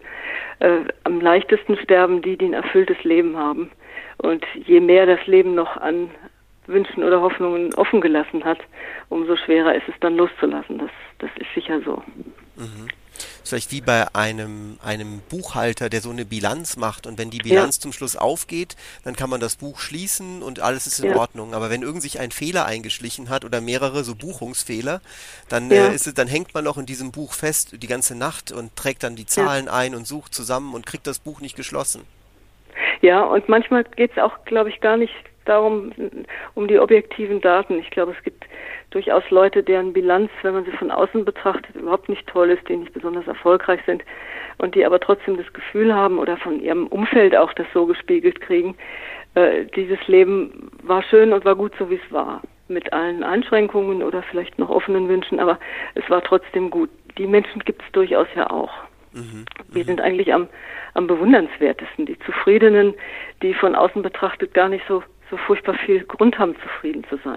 S2: Am leichtesten sterben die ein erfülltes Leben haben. Und je mehr das Leben noch an Wünschen oder Hoffnungen offen gelassen hat, umso schwerer ist es dann loszulassen. Das ist sicher so.
S1: Vielleicht wie bei einem Buchhalter, der so eine Bilanz macht und wenn die Bilanz zum Schluss aufgeht, dann kann man das Buch schließen und alles ist in
S2: Ja.
S1: Ordnung. Aber wenn irgend sich ein Fehler eingeschlichen hat oder mehrere so Buchungsfehler, dann
S2: Ja.
S1: dann hängt man noch in diesem Buch fest die ganze Nacht und trägt dann die Zahlen ein und sucht zusammen und kriegt das Buch nicht geschlossen.
S2: Ja, und manchmal geht es auch, glaube ich, gar nicht darum, um die objektiven Daten. Ich glaube, es gibt durchaus Leute, deren Bilanz, wenn man sie von außen betrachtet, überhaupt nicht toll ist, die nicht besonders erfolgreich sind und die aber trotzdem das Gefühl haben oder von ihrem Umfeld auch das so gespiegelt kriegen, dieses Leben war schön und war gut so, wie es war. Mit allen Einschränkungen oder vielleicht noch offenen Wünschen, aber es war trotzdem gut. Die Menschen gibt es durchaus ja auch. Die sind eigentlich am bewundernswertesten, die Zufriedenen, die von außen betrachtet gar nicht so furchtbar viel Grund haben, zufrieden zu sein.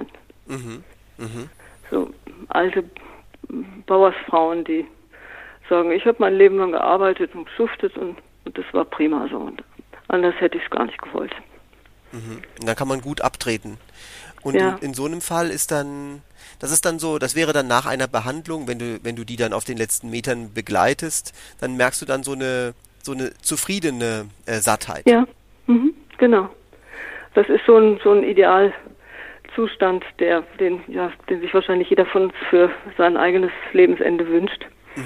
S2: So alte Bauersfrauen, die sagen, ich habe mein Leben lang gearbeitet und geschuftet und das war prima so. Und anders hätte ich es gar nicht gewollt.
S1: Und dann kann man gut abtreten. Und
S2: Ja.
S1: in so einem Fall ist dann, das wäre dann nach einer Behandlung, wenn du die dann auf den letzten Metern begleitest, dann merkst du dann so eine zufriedene Sattheit.
S2: Ja, genau. Das ist so ein Idealzustand, den sich wahrscheinlich jeder von uns für sein eigenes Lebensende wünscht.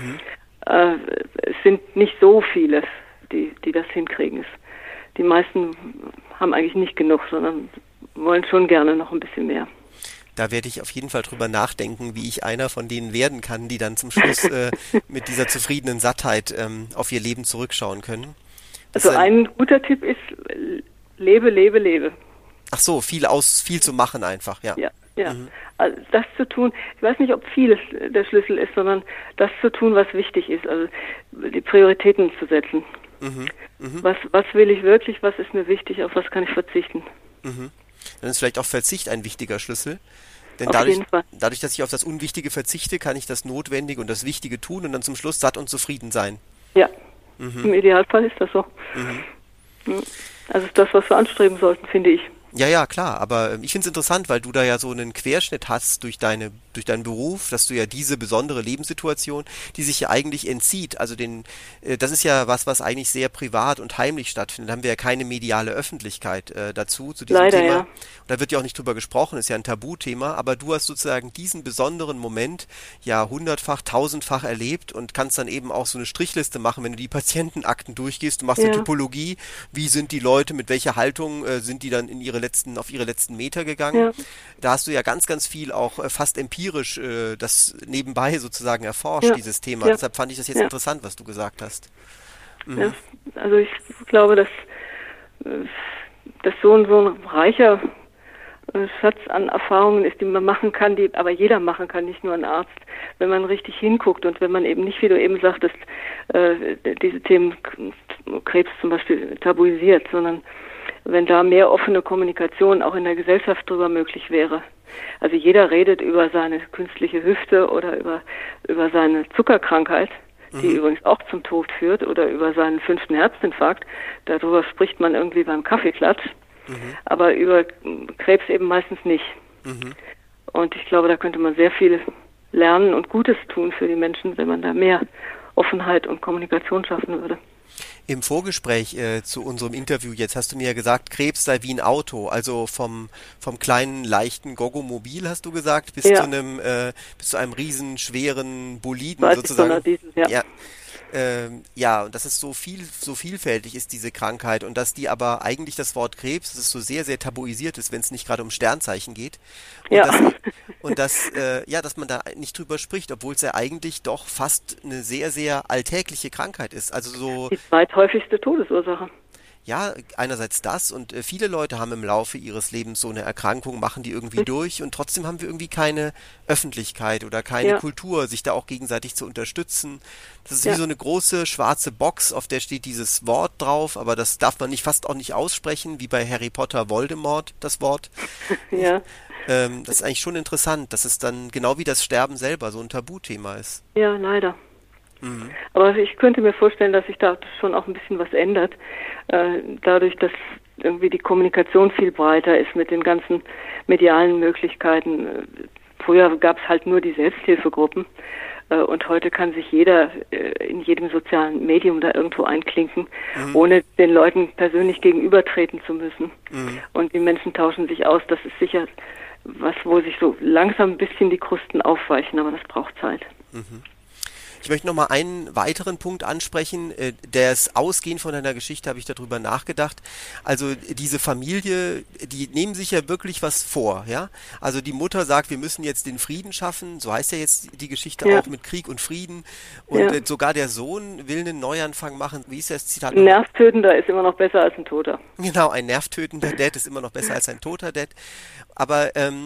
S2: Es sind nicht so viele, die das hinkriegen. Die meisten haben eigentlich nicht genug, sondern wollen schon gerne noch ein bisschen mehr.
S1: Da werde ich auf jeden Fall drüber nachdenken, wie ich einer von denen werden kann, die dann zum Schluss mit dieser zufriedenen Sattheit auf ihr Leben zurückschauen können. Das
S2: Also
S1: ist
S2: ein guter Tipp ist, lebe, lebe, lebe.
S1: Ach so, viel zu machen einfach, ja.
S2: Ja. Also das zu tun, ich weiß nicht, ob vieles der Schlüssel ist, sondern das zu tun, was wichtig ist, also die Prioritäten zu setzen. Was will ich wirklich, was ist mir wichtig, auf was kann ich verzichten?
S1: Dann ist vielleicht auch Verzicht ein wichtiger Schlüssel. Denn
S2: Auf jeden Fall.
S1: dadurch, dass ich auf das Unwichtige verzichte, kann ich das Notwendige und das Wichtige tun und dann zum Schluss satt und zufrieden sein.
S2: Ja, im Idealfall ist das so. Also ist das, was wir anstreben sollten, finde ich.
S1: Ja, klar, aber ich finde es interessant, weil du da ja so einen Querschnitt hast durch deinen Beruf, dass du ja diese besondere Lebenssituation, die sich ja eigentlich entzieht, also das ist ja was eigentlich sehr privat und heimlich stattfindet. Da haben wir ja keine mediale Öffentlichkeit zu diesem
S2: Leider,
S1: Thema.
S2: ja.
S1: Und da wird ja auch nicht drüber gesprochen, ist ja ein Tabuthema, aber du hast sozusagen diesen besonderen Moment ja 100-fach, 1000-fach erlebt und kannst dann eben auch so eine Strichliste machen, wenn du die Patientenakten durchgehst, du machst eine
S2: Ja.
S1: Typologie, wie sind die Leute, mit welcher Haltung sind die dann auf ihre letzten Meter gegangen.
S2: Ja.
S1: Da hast du ja ganz, ganz viel auch fast empirisch das nebenbei sozusagen erforscht,
S2: Ja.
S1: dieses Thema.
S2: Ja.
S1: Deshalb fand ich das jetzt
S2: Ja.
S1: interessant, was du gesagt hast.
S2: Ja. Also ich glaube, dass so ein reicher Schatz an Erfahrungen ist, die man machen kann, die aber jeder machen kann, nicht nur ein Arzt, wenn man richtig hinguckt und wenn man eben nicht, wie du eben sagtest, diese Themen Krebs zum Beispiel tabuisiert, sondern wenn da mehr offene Kommunikation auch in der Gesellschaft drüber möglich wäre. Also jeder redet über seine künstliche Hüfte oder über seine Zuckerkrankheit, die übrigens auch zum Tod führt, oder über seinen 5. Herzinfarkt. Darüber spricht man irgendwie beim Kaffeeklatsch, aber über Krebs eben meistens nicht. Und ich glaube, da könnte man sehr viel lernen und Gutes tun für die Menschen, wenn man da mehr Offenheit und Kommunikation schaffen würde.
S1: Im Vorgespräch zu unserem Interview jetzt hast du mir ja gesagt, Krebs sei wie ein Auto, also vom kleinen, leichten Gogomobil, hast du gesagt, bis zu einem riesen, schweren Boliden sozusagen. Ja, und dass es so vielfältig ist, diese Krankheit, und dass die aber eigentlich das Wort Krebs, dass es so sehr, sehr tabuisiert ist, wenn es nicht gerade um Sternzeichen geht. Und dass man da nicht drüber spricht, obwohl es ja eigentlich doch fast eine sehr, sehr alltägliche Krankheit ist. Also so
S2: die zweithäufigste Todesursache.
S1: Ja, einerseits das, und viele Leute haben im Laufe ihres Lebens so eine Erkrankung, machen die irgendwie durch, und trotzdem haben wir irgendwie keine Öffentlichkeit oder keine Kultur, sich da auch gegenseitig zu unterstützen. Das ist wie so eine große schwarze Box, auf der steht dieses Wort drauf, aber das darf man fast auch nicht aussprechen, wie bei Harry Potter Voldemort, das Wort.
S2: Ja.
S1: Das ist eigentlich schon interessant, dass es dann genau wie das Sterben selber so ein Tabuthema ist.
S2: Ja, leider. Aber ich könnte mir vorstellen, dass sich da schon auch ein bisschen was ändert, dadurch, dass irgendwie die Kommunikation viel breiter ist mit den ganzen medialen Möglichkeiten. Früher gab es halt nur die Selbsthilfegruppen, und heute kann sich jeder in jedem sozialen Medium da irgendwo einklinken, ohne den Leuten persönlich gegenübertreten zu müssen. Und die Menschen tauschen sich aus. Das ist sicher was, wo sich so langsam ein bisschen die Krusten aufweichen, aber das braucht Zeit.
S1: Ich möchte noch mal einen weiteren Punkt ansprechen, das Ausgehend von deiner Geschichte habe ich darüber nachgedacht. Also diese Familie, die nehmen sich ja wirklich was vor, ja? Also die Mutter sagt, wir müssen jetzt den Frieden schaffen, so heißt ja jetzt die Geschichte auch, mit Krieg und Frieden. Und sogar der Sohn will einen Neuanfang machen. Wie ist das Zitat?
S2: Ein Nervtötender ist immer noch besser als ein Toter.
S1: Genau, ein nervtötender Dad ist immer noch besser als ein toter Dad. Aber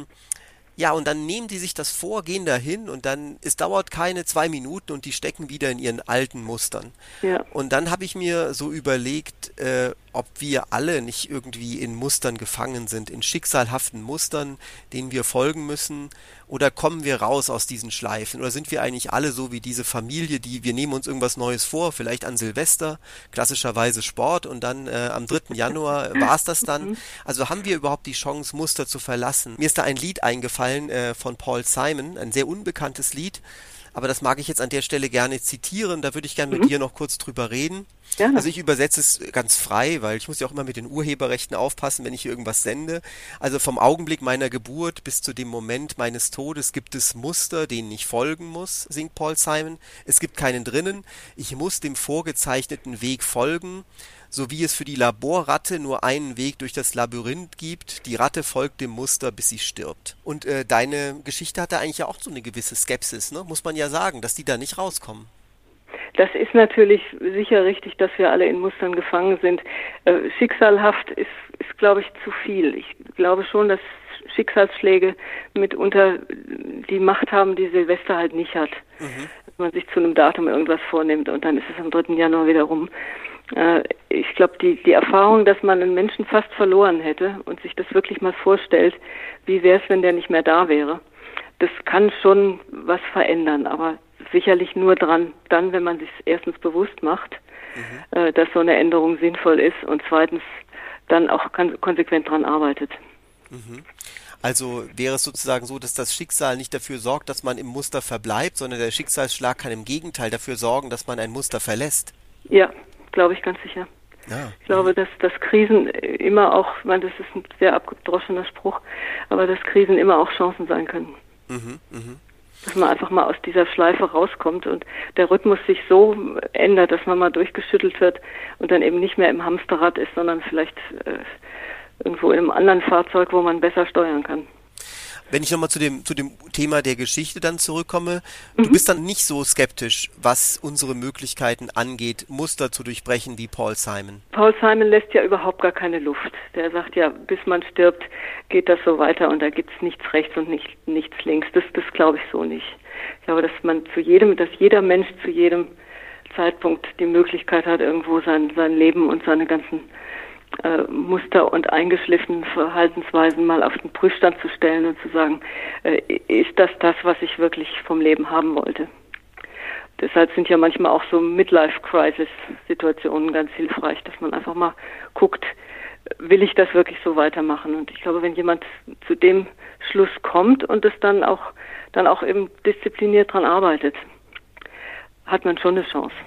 S1: ja, und dann nehmen die sich das vor, gehen dahin, und dann, es dauert keine 2 Minuten und die stecken wieder in ihren alten Mustern.
S2: Ja.
S1: Und dann habe ich mir so überlegt, ob wir alle nicht irgendwie in Mustern gefangen sind, in schicksalhaften Mustern, denen wir folgen müssen, oder kommen wir raus aus diesen Schleifen, oder sind wir eigentlich alle so wie diese Familie, wir nehmen uns irgendwas Neues vor, vielleicht an Silvester, klassischerweise Sport, und dann am 3. Januar war es das dann. Also haben wir überhaupt die Chance, Muster zu verlassen? Mir ist da ein Lied eingefallen von Paul Simon, ein sehr unbekanntes Lied, aber das mag ich jetzt an der Stelle gerne zitieren, da würde ich gerne mit dir noch kurz drüber reden.
S2: Gerne.
S1: Also ich übersetze es ganz frei, weil ich muss ja auch immer mit den Urheberrechten aufpassen, wenn ich hier irgendwas sende. Also vom Augenblick meiner Geburt bis zu dem Moment meines Todes gibt es Muster, denen ich folgen muss, singt Paul Simon. Es gibt keinen drinnen. Ich muss dem vorgezeichneten Weg folgen, so wie es für die Laborratte nur einen Weg durch das Labyrinth gibt. Die Ratte folgt dem Muster, bis sie stirbt. Und deine Geschichte hatte eigentlich ja auch so eine gewisse Skepsis, ne? Muss man ja sagen, dass die da nicht rauskommen.
S2: Das ist natürlich sicher richtig, dass wir alle in Mustern gefangen sind. Schicksalhaft ist, glaube ich, zu viel. Ich glaube schon, dass Schicksalsschläge mitunter die Macht haben, die Silvester halt nicht hat. Dass man sich zu einem Datum irgendwas vornimmt und dann ist es am 3. Januar wieder rum. Ich glaube, die Erfahrung, dass man einen Menschen fast verloren hätte und sich das wirklich mal vorstellt, wie wäre es, wenn der nicht mehr da wäre, das kann schon was verändern, aber sicherlich nur dann, wenn man sich erstens bewusst macht, dass so eine Änderung sinnvoll ist, und zweitens dann auch konsequent dran arbeitet.
S1: Also wäre es sozusagen so, dass das Schicksal nicht dafür sorgt, dass man im Muster verbleibt, sondern der Schicksalsschlag kann im Gegenteil dafür sorgen, dass man ein Muster verlässt?
S2: Ja, glaube ich ganz sicher. Ja. Ich glaube, dass Krisen immer auch, ich meine, das ist ein sehr abgedroschener Spruch, aber dass Krisen immer auch Chancen sein können. Dass man einfach mal aus dieser Schleife rauskommt und der Rhythmus sich so ändert, dass man mal durchgeschüttelt wird und dann eben nicht mehr im Hamsterrad ist, sondern vielleicht irgendwo in einem anderen Fahrzeug, wo man besser steuern kann.
S1: Wenn ich nochmal zu dem Thema der Geschichte dann zurückkomme, du bist dann nicht so skeptisch, was unsere Möglichkeiten angeht, Muster zu durchbrechen wie Paul Simon.
S2: Paul Simon lässt ja überhaupt gar keine Luft. Der sagt ja, bis man stirbt, geht das so weiter und da gibt's nichts rechts und nichts links. Das glaube ich so nicht. Ich glaube, dass jeder Mensch zu jedem Zeitpunkt die Möglichkeit hat, irgendwo sein Leben und seine ganzen Muster und eingeschliffene Verhaltensweisen mal auf den Prüfstand zu stellen und zu sagen, ist das, was ich wirklich vom Leben haben wollte? Deshalb sind ja manchmal auch so Midlife-Crisis-Situationen ganz hilfreich, dass man einfach mal guckt, will ich das wirklich so weitermachen? Und ich glaube, wenn jemand zu dem Schluss kommt und es dann auch eben diszipliniert dran arbeitet, hat man schon eine Chance.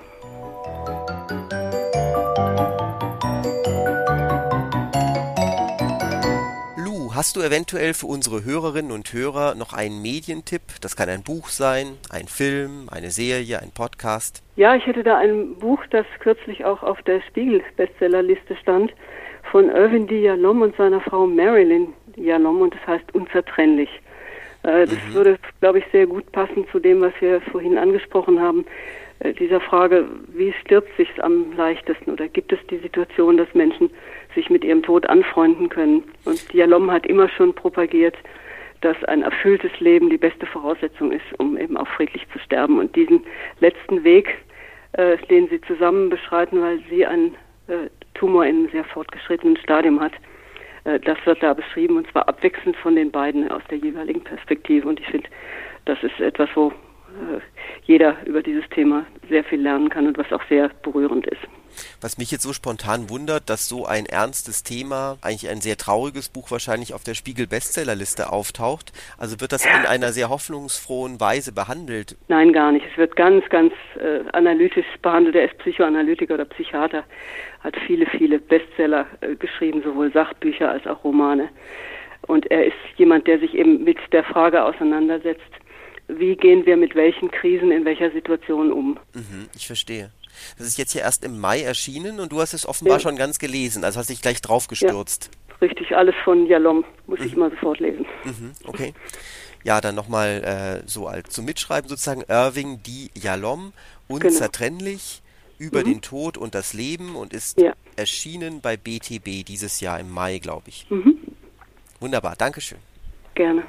S1: Hast du eventuell für unsere Hörerinnen und Hörer noch einen Medientipp? Das kann ein Buch sein, ein Film, eine Serie, ein Podcast.
S2: Ja, ich hätte da ein Buch, das kürzlich auch auf der Spiegel-Bestsellerliste stand, von Irvin D. Yalom und seiner Frau Marilyn Yalom, und das heißt Unzertrennlich. Das würde, glaube ich, sehr gut passen zu dem, was wir vorhin angesprochen haben, dieser Frage, wie stirbt sich's am leichtesten, oder gibt es die Situation, dass Menschen sich mit ihrem Tod anfreunden können? Und Yalom hat immer schon propagiert, dass ein erfülltes Leben die beste Voraussetzung ist, um eben auch friedlich zu sterben. Und diesen letzten Weg, den sie zusammen beschreiten, weil sie einen Tumor in einem sehr fortgeschrittenen Stadium hat, das wird da beschrieben, und zwar abwechselnd von den beiden aus der jeweiligen Perspektive. Und ich finde, das ist etwas, wo jeder über dieses Thema sehr viel lernen kann und was auch sehr berührend ist.
S1: Was mich jetzt so spontan wundert, dass so ein ernstes Thema, eigentlich ein sehr trauriges Buch, wahrscheinlich auf der Spiegel-Bestsellerliste auftaucht. Also wird das in einer sehr hoffnungsfrohen Weise behandelt?
S2: Nein, gar nicht. Es wird ganz analytisch behandelt. Er ist Psychoanalytiker oder Psychiater, hat viele Bestseller geschrieben, sowohl Sachbücher als auch Romane. Und er ist jemand, der sich eben mit der Frage auseinandersetzt, wie gehen wir mit welchen Krisen in welcher Situation um.
S1: Ich verstehe. Das ist jetzt ja erst im Mai erschienen und du hast es offenbar schon ganz gelesen, also hast dich gleich drauf gestürzt.
S2: Ja, richtig, alles von Yalom muss ich mal sofort lesen.
S1: Okay. Ja, dann nochmal so als zum Mitschreiben sozusagen, Irvin D. Yalom, Unzertrennlich, über den Tod und das Leben, und ist erschienen bei BTB dieses Jahr im Mai, glaube ich. Wunderbar, Dankeschön.
S2: Gerne.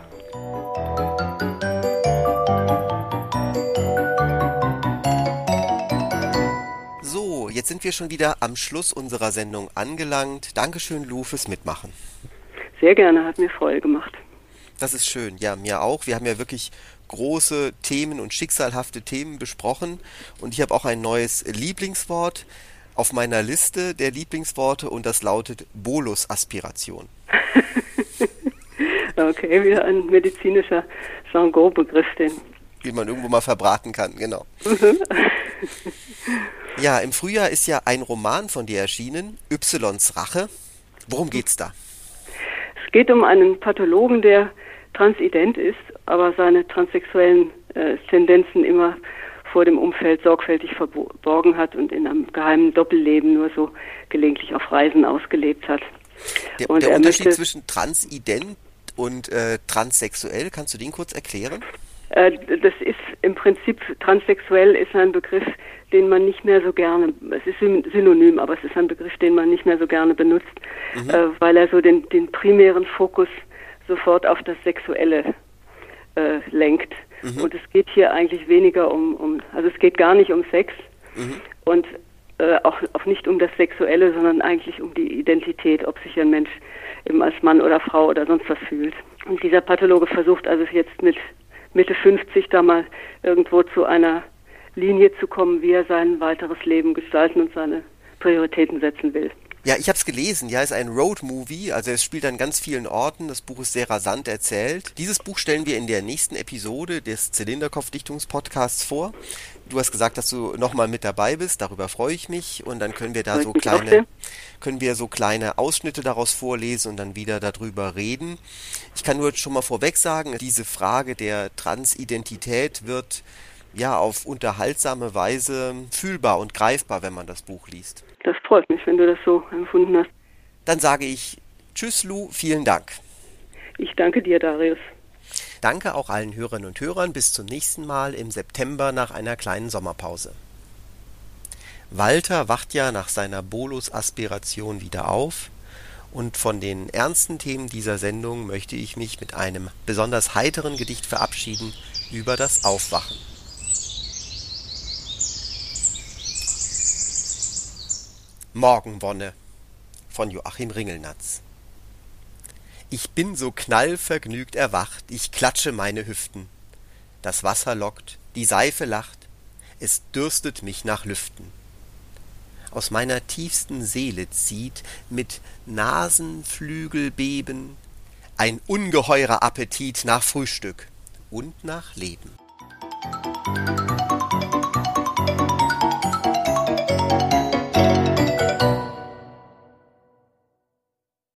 S1: So, jetzt sind wir schon wieder am Schluss unserer Sendung angelangt. Dankeschön, Lu, fürs Mitmachen.
S2: Sehr gerne, hat mir Freude gemacht.
S1: Das ist schön, ja, mir auch. Wir haben ja wirklich große Themen und schicksalhafte Themen besprochen, und ich habe auch ein neues Lieblingswort auf meiner Liste der Lieblingsworte, und das lautet Bolus-Aspiration.
S2: Okay, wieder ein medizinischer Jargon-Begriff, den
S1: man irgendwo mal verbraten kann, genau. Ja, im Frühjahr ist ja ein Roman von dir erschienen, Ys Rache. Worum geht's da?
S2: Es geht um einen Pathologen, der transident ist, aber seine transsexuellen Tendenzen immer vor dem Umfeld sorgfältig verborgen hat und in einem geheimen Doppelleben nur so gelegentlich auf Reisen ausgelebt hat.
S1: Der Unterschied zwischen transident und transsexuell, kannst du den kurz erklären?
S2: Das ist im Prinzip, transsexuell ist ein Begriff, den man nicht mehr so gerne, es ist synonym, aber es ist ein Begriff, den man nicht mehr so gerne benutzt, weil er so den primären Fokus sofort auf das Sexuelle lenkt. Und es geht hier eigentlich weniger also es geht gar nicht um Sex und auch nicht um das Sexuelle, sondern eigentlich um die Identität, ob sich ein Mensch eben als Mann oder Frau oder sonst was fühlt. Und dieser Pathologe versucht also jetzt mit Mitte 50 da mal irgendwo zu einer Linie zu kommen, wie er sein weiteres Leben gestalten und seine Prioritäten setzen will.
S1: Ja, ich habe es gelesen. Ja, es ist ein Road-Movie, also es spielt an ganz vielen Orten. Das Buch ist sehr rasant erzählt. Dieses Buch stellen wir in der nächsten Episode des Zylinderkopf-Dichtungspodcasts vor. Du hast gesagt, dass du nochmal mit dabei bist. Darüber freue ich mich. Und dann können wir da so kleine Ausschnitte daraus vorlesen und dann wieder darüber reden. Ich kann nur schon mal vorweg sagen, diese Frage der Transidentität wird ja auf unterhaltsame Weise fühlbar und greifbar, wenn man das Buch liest.
S2: Das freut mich, wenn du das so empfunden hast.
S1: Dann sage ich Tschüss, Lu, vielen Dank.
S2: Ich danke dir, Darius.
S1: Danke auch allen Hörerinnen und Hörern. Bis zum nächsten Mal im September nach einer kleinen Sommerpause. Walter wacht ja nach seiner Bolus-Aspiration wieder auf, und von den ernsten Themen dieser Sendung möchte ich mich mit einem besonders heiteren Gedicht verabschieden über das Aufwachen. Morgenwonne von Joachim Ringelnatz. Ich bin so knallvergnügt erwacht, ich klatsche meine Hüften. Das Wasser lockt, die Seife lacht, es dürstet mich nach Lüften. Aus meiner tiefsten Seele zieht mit Nasenflügelbeben ein ungeheurer Appetit nach Frühstück und nach Leben.